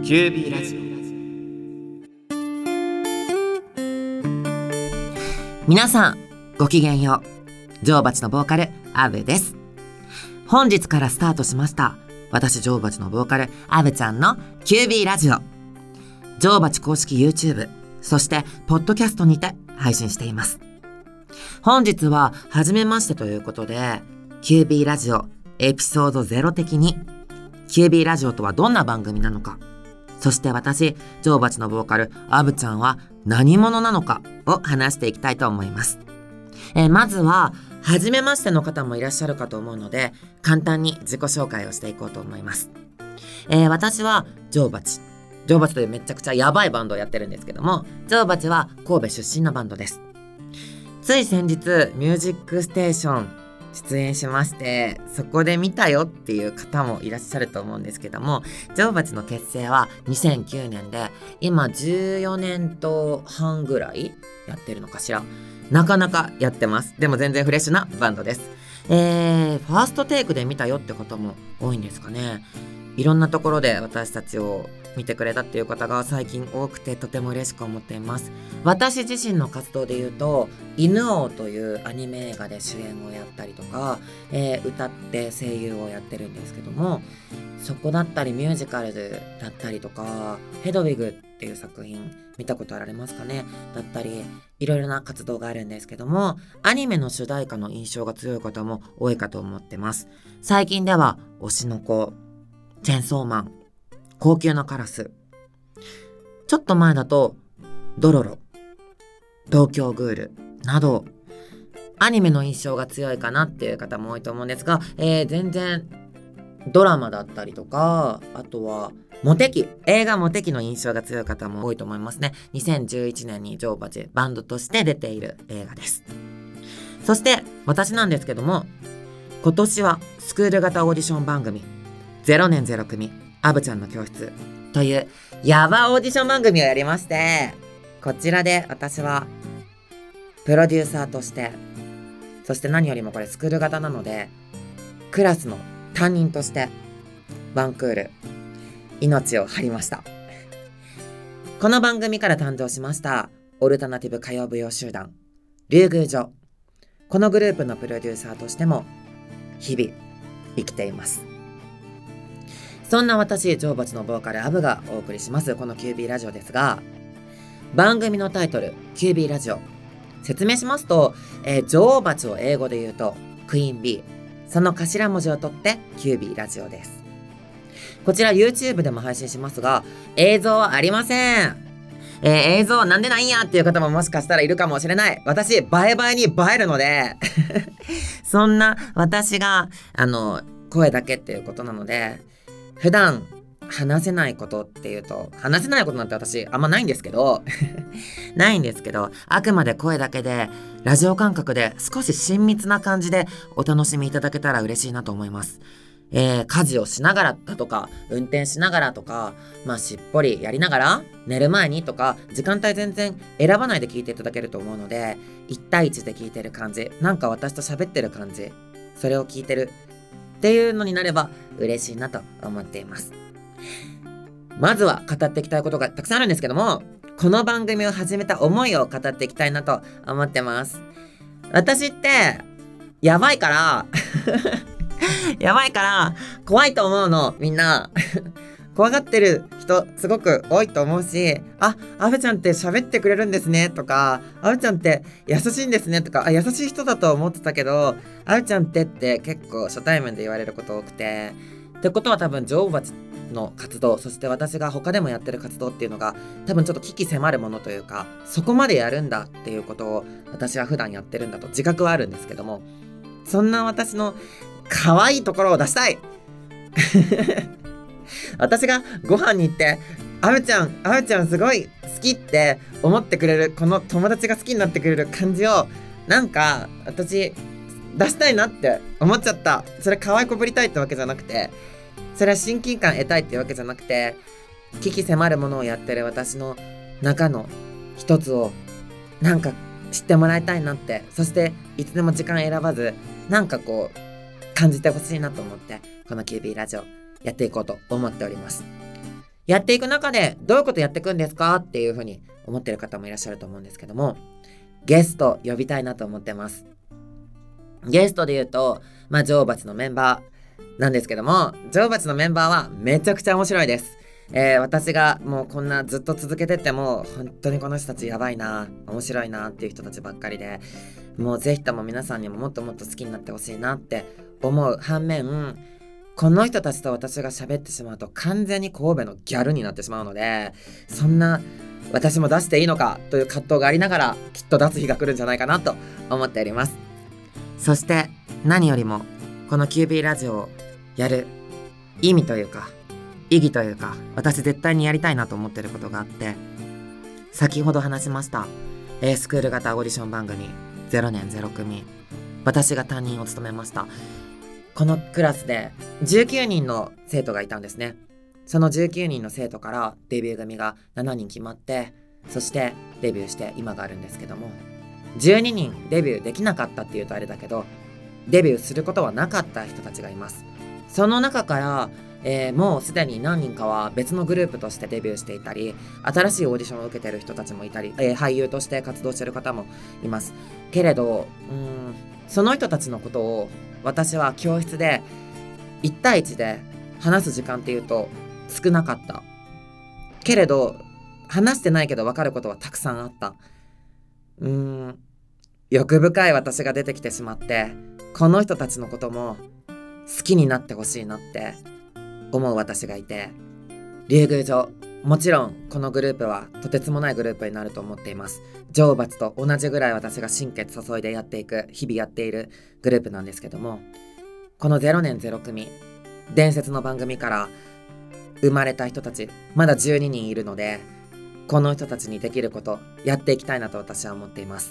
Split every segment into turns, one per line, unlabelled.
QB ラジオ。皆さんごきげんよう。女王蜂のボーカルアブです。本日からスタートしました私女王蜂のボーカルアブちゃんの QB ラジオ。女王蜂公式 YouTube そしてポッドキャストにて配信しています。本日は初めましてということで QB ラジオエピソード0的に QB ラジオとはどんな番組なのか、そして私女王蜂のボーカルアブちゃんは何者なのかを話していきたいと思います。まずは初めましての方もいらっしゃるかと思うので簡単に自己紹介をしていこうと思います。私は女王蜂というめちゃくちゃヤバいバンドをやってるんですけども、女王蜂は神戸出身のバンドです。つい先日ミュージックステーション出演しまして、そこで見たよっていう方もいらっしゃると思うんですけども、女王蜂の結成は2009年で今14年と半ぐらいやってるのかしら。なかなかやってます。でも全然フレッシュなバンドです。ファーストテイクで見たよって方も多いんですかね。いろんなところで私たちを見てくれたっていう方が最近多くてとても嬉しく思っています。私自身の活動で言うと犬王というアニメ映画で主演をやったりとか、歌って声優をやってるんですけども、そこだったりミュージカルだったりとかヘドウィグっていう作品見たことあられますかね、だったりいろいろな活動があるんですけども、アニメの主題歌の印象が強い方も多いかと思ってます。最近では推しの子、チェンソーマン、高級なカラス、ちょっと前だとドロロ、東京グールなどアニメの印象が強いかなっていう方も多いと思うんですが、全然ドラマだったりとか、あとは映画モテキの印象が強い方も多いと思いますね。2011年に女王蜂バンドとして出ている映画です。そして私なんですけども、今年はスクール型オーディション番組0年0組アブちゃんの教室というヤバオーディション番組をやりまして、こちらで私はプロデューサーとして、そして何よりもこれスクール型なのでクラスの担任としてワンクール命を張りました。この番組から誕生しましたオルタナティブ歌謡舞踊集団龍宮女、このグループのプロデューサーとしても日々生きています。そんな私女王蜂のボーカルアブがお送りしますこの QB ラジオですが、番組のタイトル QB ラジオ、説明しますと、女王蜂を英語で言うとクイーン B、 その頭文字を取って QB ラジオです。こちら YouTube でも配信しますが映像はありません。映像なんでないんやっていう方ももしかしたらいるかもしれない。私映えに映えるのでそんな私が声だけっていうことなので、普段話せないことっていうと、話せないことなんて私あんまないんですけどないんですけど、あくまで声だけでラジオ感覚で少し親密な感じでお楽しみいただけたら嬉しいなと思います。家事をしながらだとか運転しながらとか、しっぽりやりながら寝る前にとか、時間帯全然選ばないで聞いていただけると思うので、1対1で聞いてる感じ、なんか私と喋ってる感じ、それを聞いてるっていうのになれば嬉しいなと思っています。まずは語っていきたいことがたくさんあるんですけども、この番組を始めた思いを語っていきたいなと思ってます。私ってやばいからやばいから怖いと思うの、みんな怖がってる人すごく多いと思うし、アブちゃんって喋ってくれるんですねとか、アブちゃんって優しいんですねとか、優しい人だと思ってたけどアブちゃんって結構初対面で言われること多くて、ってことは多分女王蜂の活動、そして私が他でもやってる活動っていうのが多分ちょっと危機迫るものというか、そこまでやるんだっていうことを私は普段やってるんだと自覚はあるんですけども、そんな私の可愛いところを出したい私がご飯に行ってアブちゃんすごい好きって思ってくれる、この友達が好きになってくれる感じをなんか私出したいなって思っちゃった。それ可愛いこぶりたいってわけじゃなくて、それは親近感得たいってわけじゃなくて、危機迫るものをやってる私の中の一つをなんか知ってもらいたいなって、そしていつでも時間選ばずなんかこう感じてほしいなと思って、この QB ラジオやっていこうと思っております。 やっていく中でどういうことやっていくんですかっていうふうに思ってる方もいらっしゃると思うんですけども、ゲスト呼びたいなと思ってます。ゲストで言うと、女王蜂のメンバーなんですけども、女王蜂のメンバーはめちゃくちゃ面白いです。私がもうこんなずっと続けてっても本当にこの人たちやばいな、面白いなっていう人たちばっかりで、もうぜひとも皆さんにももっともっと好きになってほしいなって思う反面、この人たちと私が喋ってしまうと完全に神戸のギャルになってしまうので、そんな私も出していいのかという葛藤がありながら、きっと出す日が来るんじゃないかなと思っております。そして何よりもこの QB ラジオをやる意味というか意義というか、私絶対にやりたいなと思ってることがあって、先ほど話しました、スクール型オーディション番組0年0組、私が担任を務めました。このクラスで19人の生徒がいたんですね。その19人の生徒からデビュー組が7人決まって、そしてデビューして今があるんですけども、12人デビューできなかったっていうとあれだけど、デビューすることはなかった人たちがいます。その中からもうすでに何人かは別のグループとしてデビューしていたり、新しいオーディションを受けてる人たちもいたり、俳優として活動してる方もいますけれど、その人たちのことを私は教室で1対1で話す時間っていうと少なかったけれど、話してないけど分かることはたくさんあった。欲深い私が出てきてしまって、この人たちのことも好きになってほしいなって思う私がいて、竜宮城、もちろんこのグループはとてつもないグループになると思っています。女王蜂と同じぐらい私が心血注いでやっていく、日々やっているグループなんですけども、この0年0組伝説の番組から生まれた人たちまだ12人いるので、この人たちにできることやっていきたいなと私は思っています。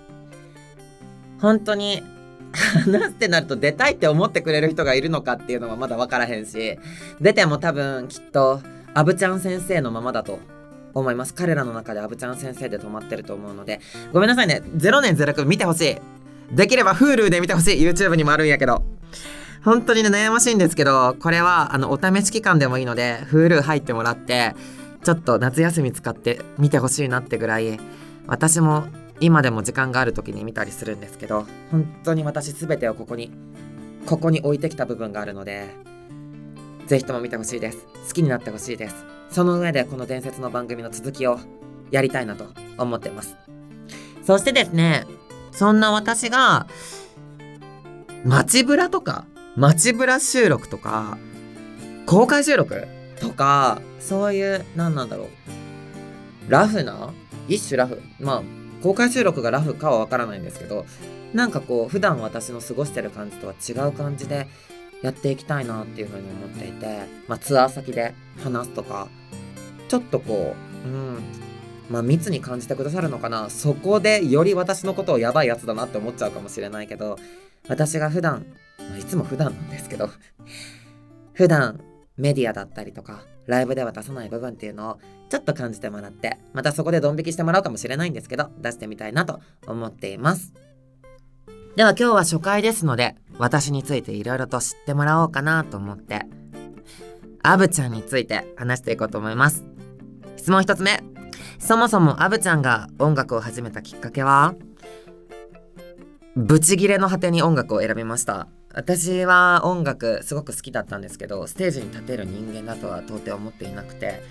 本当に話すってなると出たいって思ってくれる人がいるのかっていうのはまだ分からへんし、出ても多分きっとアブちゃん先生のままだと思います。彼らの中でアブちゃん先生で止まってると思うので、ごめんなさいね。0年0組見てほしい。できれば Hulu で見てほしい。 YouTube にもあるんやけど、本当にね悩ましいんですけど、これはお試し期間でもいいので Hulu 入ってもらって、ちょっと夏休み使って見てほしいなってぐらい、私も今でも時間がある時に見たりするんですけど、本当に私全てをここに置いてきた部分があるので、ぜひとも見てほしいです。好きになってほしいです。その上でこの伝説の番組の続きをやりたいなと思っています。そしてですね、そんな私が街ブラとか街ブラ収録とか公開収録とか、そういうなんだろう、ラフな一種ラフ、公開収録がラフかはわからないんですけど、なんかこう普段私の過ごしてる感じとは違う感じでやっていきたいなっていうふうに思っていて、ツアー先で話すとか、ちょっとこう密に感じてくださるのかな。そこでより私のことをやばいやつだなって思っちゃうかもしれないけど、私が普段、いつも普段なんですけど普段メディアだったりとかライブでは出さない部分っていうのをちょっと感じてもらって、またそこでドン引きしてもらうかもしれないんですけど、出してみたいなと思っています。では今日は初回ですので、私についていろいろと知ってもらおうかなと思って、アブちゃんについて話していこうと思います。質問1つ目、そもそもアブちゃんが音楽を始めたきっかけは？ブチギレの果てに音楽を選びました。私は音楽すごく好きだったんですけど、ステージに立てる人間だとは到底思っていなくて、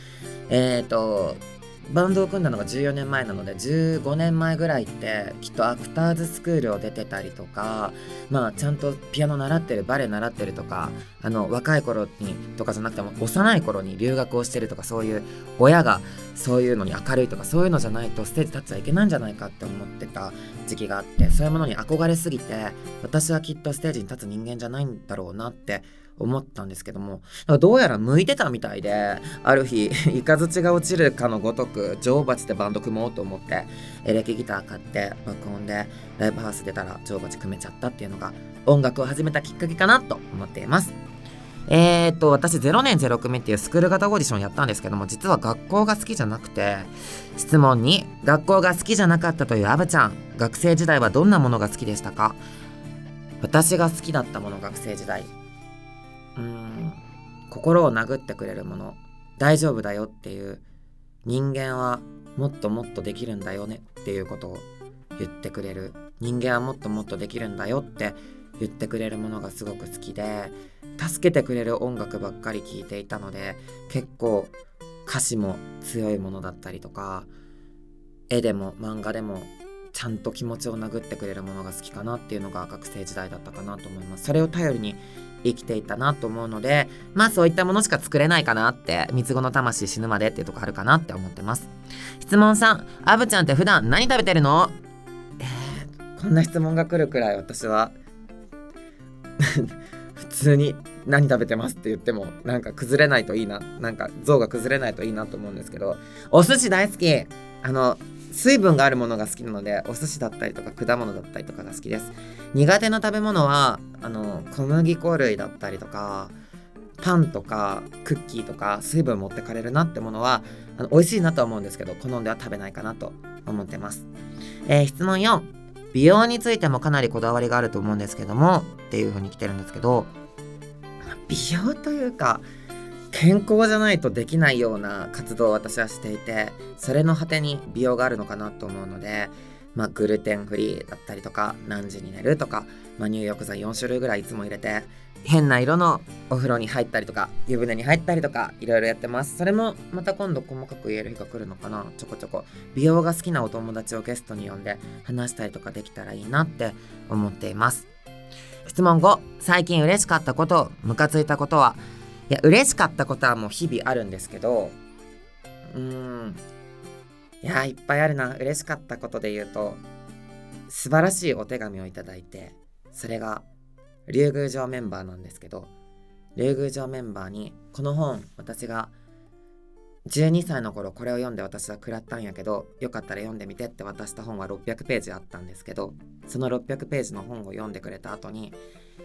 バンドを組んだのが14年前なので、15年前ぐらいってきっとアクターズスクールを出てたりとか、ちゃんとピアノ習ってる、バレエ習ってるとか、若い頃にとかじゃなくても幼い頃に留学をしてるとか、そういう親がそういうのに明るいとか、そういうのじゃないとステージ立っちゃいけないんじゃないかって思ってた時期があって、そういうものに憧れすぎて、私はきっとステージに立つ人間じゃないんだろうなって思ったんですけども、どうやら向いてたみたいで、ある日イカズチが落ちるかのごとく女王蜂でバンド組もうと思ってエレキギター買って爆音でライブハウス出たら女王蜂組めちゃったっていうのが音楽を始めたきっかけかなと思っています。私0年0組っていうスクール型オーディションやったんですけども、実は学校が好きじゃなくて、質問に学校が好きじゃなかったというアブちゃん、学生時代はどんなものが好きでしたか？私が好きだったもの、学生時代、心を殴ってくれるもの大丈夫だよっていう、人間はもっともっとできるんだよねっていうことを言ってくれる、人間はもっともっとできるんだよって言ってくれるものがすごく好きで、助けてくれる音楽ばっかり聴いていたので、結構歌詞も強いものだったりとか、絵でも漫画でもちゃんと気持ちを殴ってくれるものが好きかなっていうのが学生時代だったかなと思います。それを頼りに生きていたなと思うので、そういったものしか作れないかなって、三つ子の魂死ぬまでっていうとこあるかなって思ってます。質問3、アブちゃんって普段何食べてるの？こんな質問が来るくらい私は普通に何食べてますって言ってもなんか崩れないといいな、なんか像が崩れないといいなと思うんですけど、お寿司大好き。水分があるものが好きなので、お寿司だったりとか果物だったりとかが好きです。苦手な食べ物は小麦粉類だったりとか、パンとかクッキーとか水分持ってかれるなってものは美味しいなとは思うんですけど、好んでは食べないかなと思ってます。質問4、美容についてもかなりこだわりがあると思うんですけどもっていう風に来てるんですけど、美容というか健康じゃないとできないような活動を私はしていて、それの果てに美容があるのかなと思うので、グルテンフリーだったりとか、何時に寝るとか、入浴剤4種類ぐらいいつも入れて、変な色のお風呂に入ったりとか、湯船に入ったりとか、いろいろやってます。それもまた今度細かく言える日が来るのかな。ちょこちょこ美容が好きなお友達をゲストに呼んで話したりとかできたらいいなって思っています。質問5、最近嬉しかったこと、ムカついたことは？いや、嬉しかったことはもう日々あるんですけど、いやいっぱいあるな。嬉しかったことで言うと、素晴らしいお手紙をいただいて、それが竜宮城メンバーなんですけど、竜宮城メンバーにこの本、私が12歳の頃これを読んで私は食らったんやけど、よかったら読んでみてって渡した本は600ページあったんですけど、その600ページの本を読んでくれた後に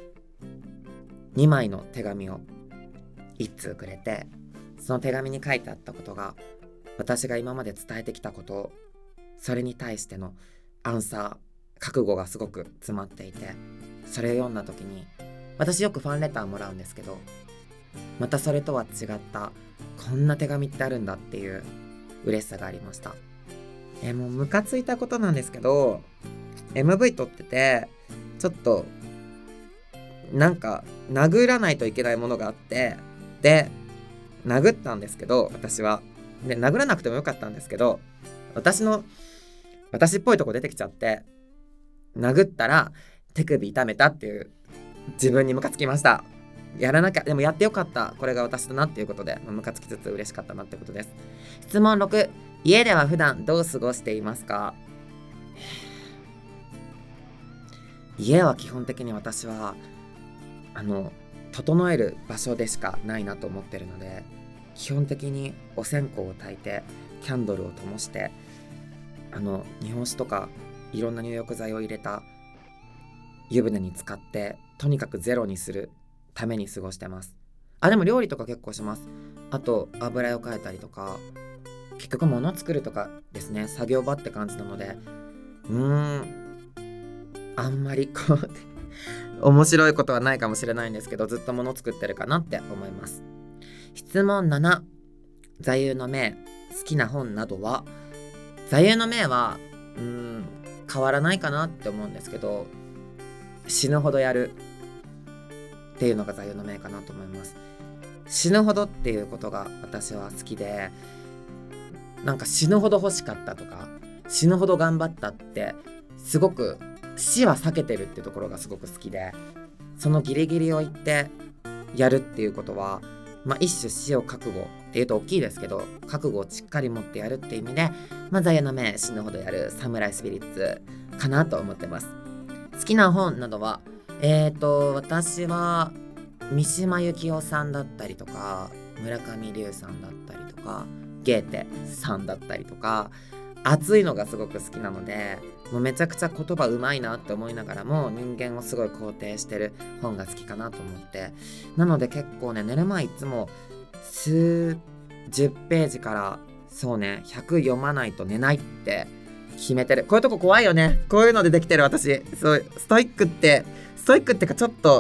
2枚の手紙を1通くれて、その手紙に書いてあったことが私が今まで伝えてきたこと、それに対してのアンサー、覚悟がすごく詰まっていて、それを読んだ時に、私よくファンレターもらうんですけど、またそれとは違ったこんな手紙ってあるんだっていう嬉しさがありました。もうムカついたことなんですけど、 MV 撮っててちょっとなんか殴らないといけないものがあって、で殴ったんですけど、私はで殴らなくてもよかったんですけど、私っぽいとこ出てきちゃって、殴ったら手首痛めたっていう自分にムカつきました。やらなきゃ、でもやってよかった、これが私だなっていうことでムカつきつつ嬉しかったなってことです。質問6、家では普段どう過ごしていますか？家は基本的に私は整える場所でしかないなと思ってるので、基本的にお線香を焚いてキャンドルを灯して、日本酒とかいろんな入浴剤を入れた湯船に浸かって、とにかくゼロにするために過ごしてます。でも料理とか結構します。あと油絵を描いたりとか、結局物作るとかですね、作業場って感じなので、あんまり面白いことはないかもしれないんですけど、ずっと物作ってるかなって思います。質問7、座右の銘、好きな本などは？座右の銘は変わらないかなって思うんですけど、死ぬほどやるっていうのが座右の銘かなと思います。死ぬほどっていうことが私は好きで、なんか死ぬほど欲しかったとか死ぬほど頑張ったって、すごく死は避けてるってところがすごく好きで、そのギリギリを言ってやるっていうことは、一種死を覚悟っていうと大きいですけど、覚悟をしっかり持ってやるっていう意味で、座右の銘、死ぬほどやるサムライスピリッツかなと思ってます。好きな本などは私は三島由紀夫さんだったりとか、村上龍さんだったりとか、ゲーテさんだったりとか、熱いのがすごく好きなので、もうめちゃくちゃ言葉うまいなって思いながらも、人間をすごい肯定してる本が好きかなと思って、なので結構ね、寝る前いつも数十ページから100読まないと寝ないって決めてる。こういうとこ怖いよね。こういうのでできてる私。そう、ストイックってかちょっと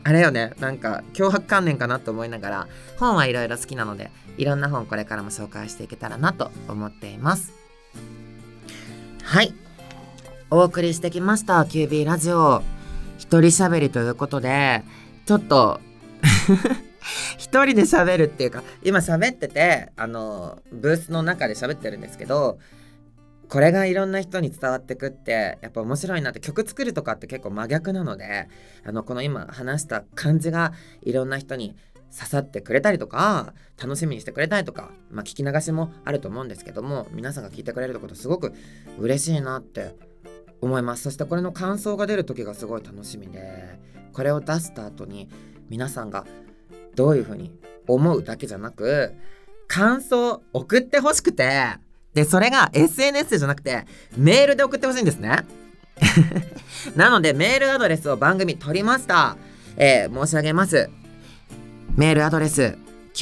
あれよね、なんか強迫観念かなと思いながら、本はいろいろ好きなので、いろんな本これからも紹介していけたらなと思っています。はい、お送りしてきました QB ラジオ、一人喋りということで、ちょっと一人で喋るっていうか、今喋っててブースの中で喋ってるんですけど、これがいろんな人に伝わってくってやっぱ面白いなって。曲作るとかって結構真逆なので、この今話した感じがいろんな人に刺さってくれたりとか、楽しみにしてくれたりとか、聞き流しもあると思うんですけども、皆さんが聞いてくれることすごく嬉しいなって思います。そしてこれの感想が出る時がすごい楽しみで、これを出した後に皆さんがどういう風に思うだけじゃなく、感想送ってほしくて、でそれが SNS じゃなくてメールで送ってほしいんですねなのでメールアドレスを番組取りました。申し上げます。メールアドレス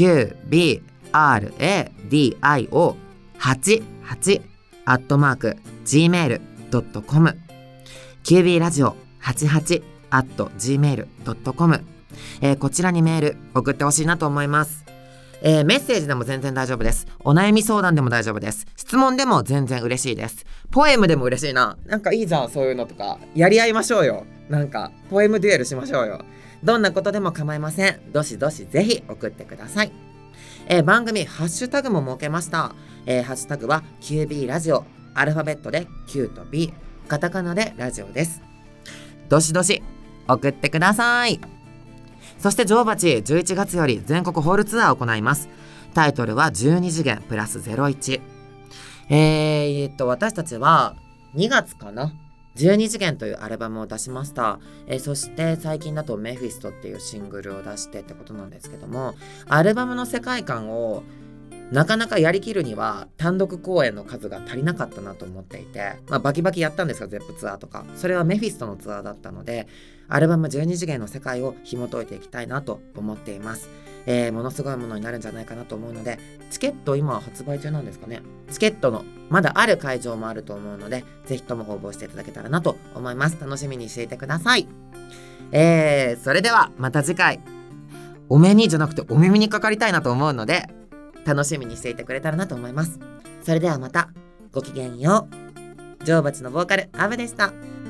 QBRADIO88@gmail.com、 QBradio88@gmail.com、こちらにメール送ってほしいなと思います。メッセージでも全然大丈夫です。お悩み相談でも大丈夫です。質問でも全然嬉しいです。ポエムでも嬉しいな。なんかいいじゃん、そういうのとか。やり合いましょうよ。なんかポエムデュエルしましょうよ。どんなことでも構いません。どしどしぜひ送ってください。番組ハッシュタグも設けました。ハッシュタグは QB ラジオ、アルファベットで Q と B、カタカナでラジオです。どしどし送ってください。そして女王蜂11月より全国ホールツアーを行います。タイトルは12次元プラス01。私たちは2月かな、12次元というアルバムを出しました。そして最近だとメフィストっていうシングルを出してってことなんですけども、アルバムの世界観をなかなかやりきるには単独公演の数が足りなかったなと思っていて、バキバキやったんですよ、ゼップツアーとか。それはメフィストのツアーだったので、アルバム12次元の世界を紐解いていきたいなと思っています。ものすごいものになるんじゃないかなと思うので、チケット今発売中なんですかね。チケットのまだある会場もあると思うので、ぜひとも応募していただけたらなと思います。楽しみにしていてください。それではまた次回、お目にじゃなくてお耳にかかりたいなと思うので、楽しみにしていてくれたらなと思います。それではまた、ごきげんよう。女王蜂のボーカルアブでした。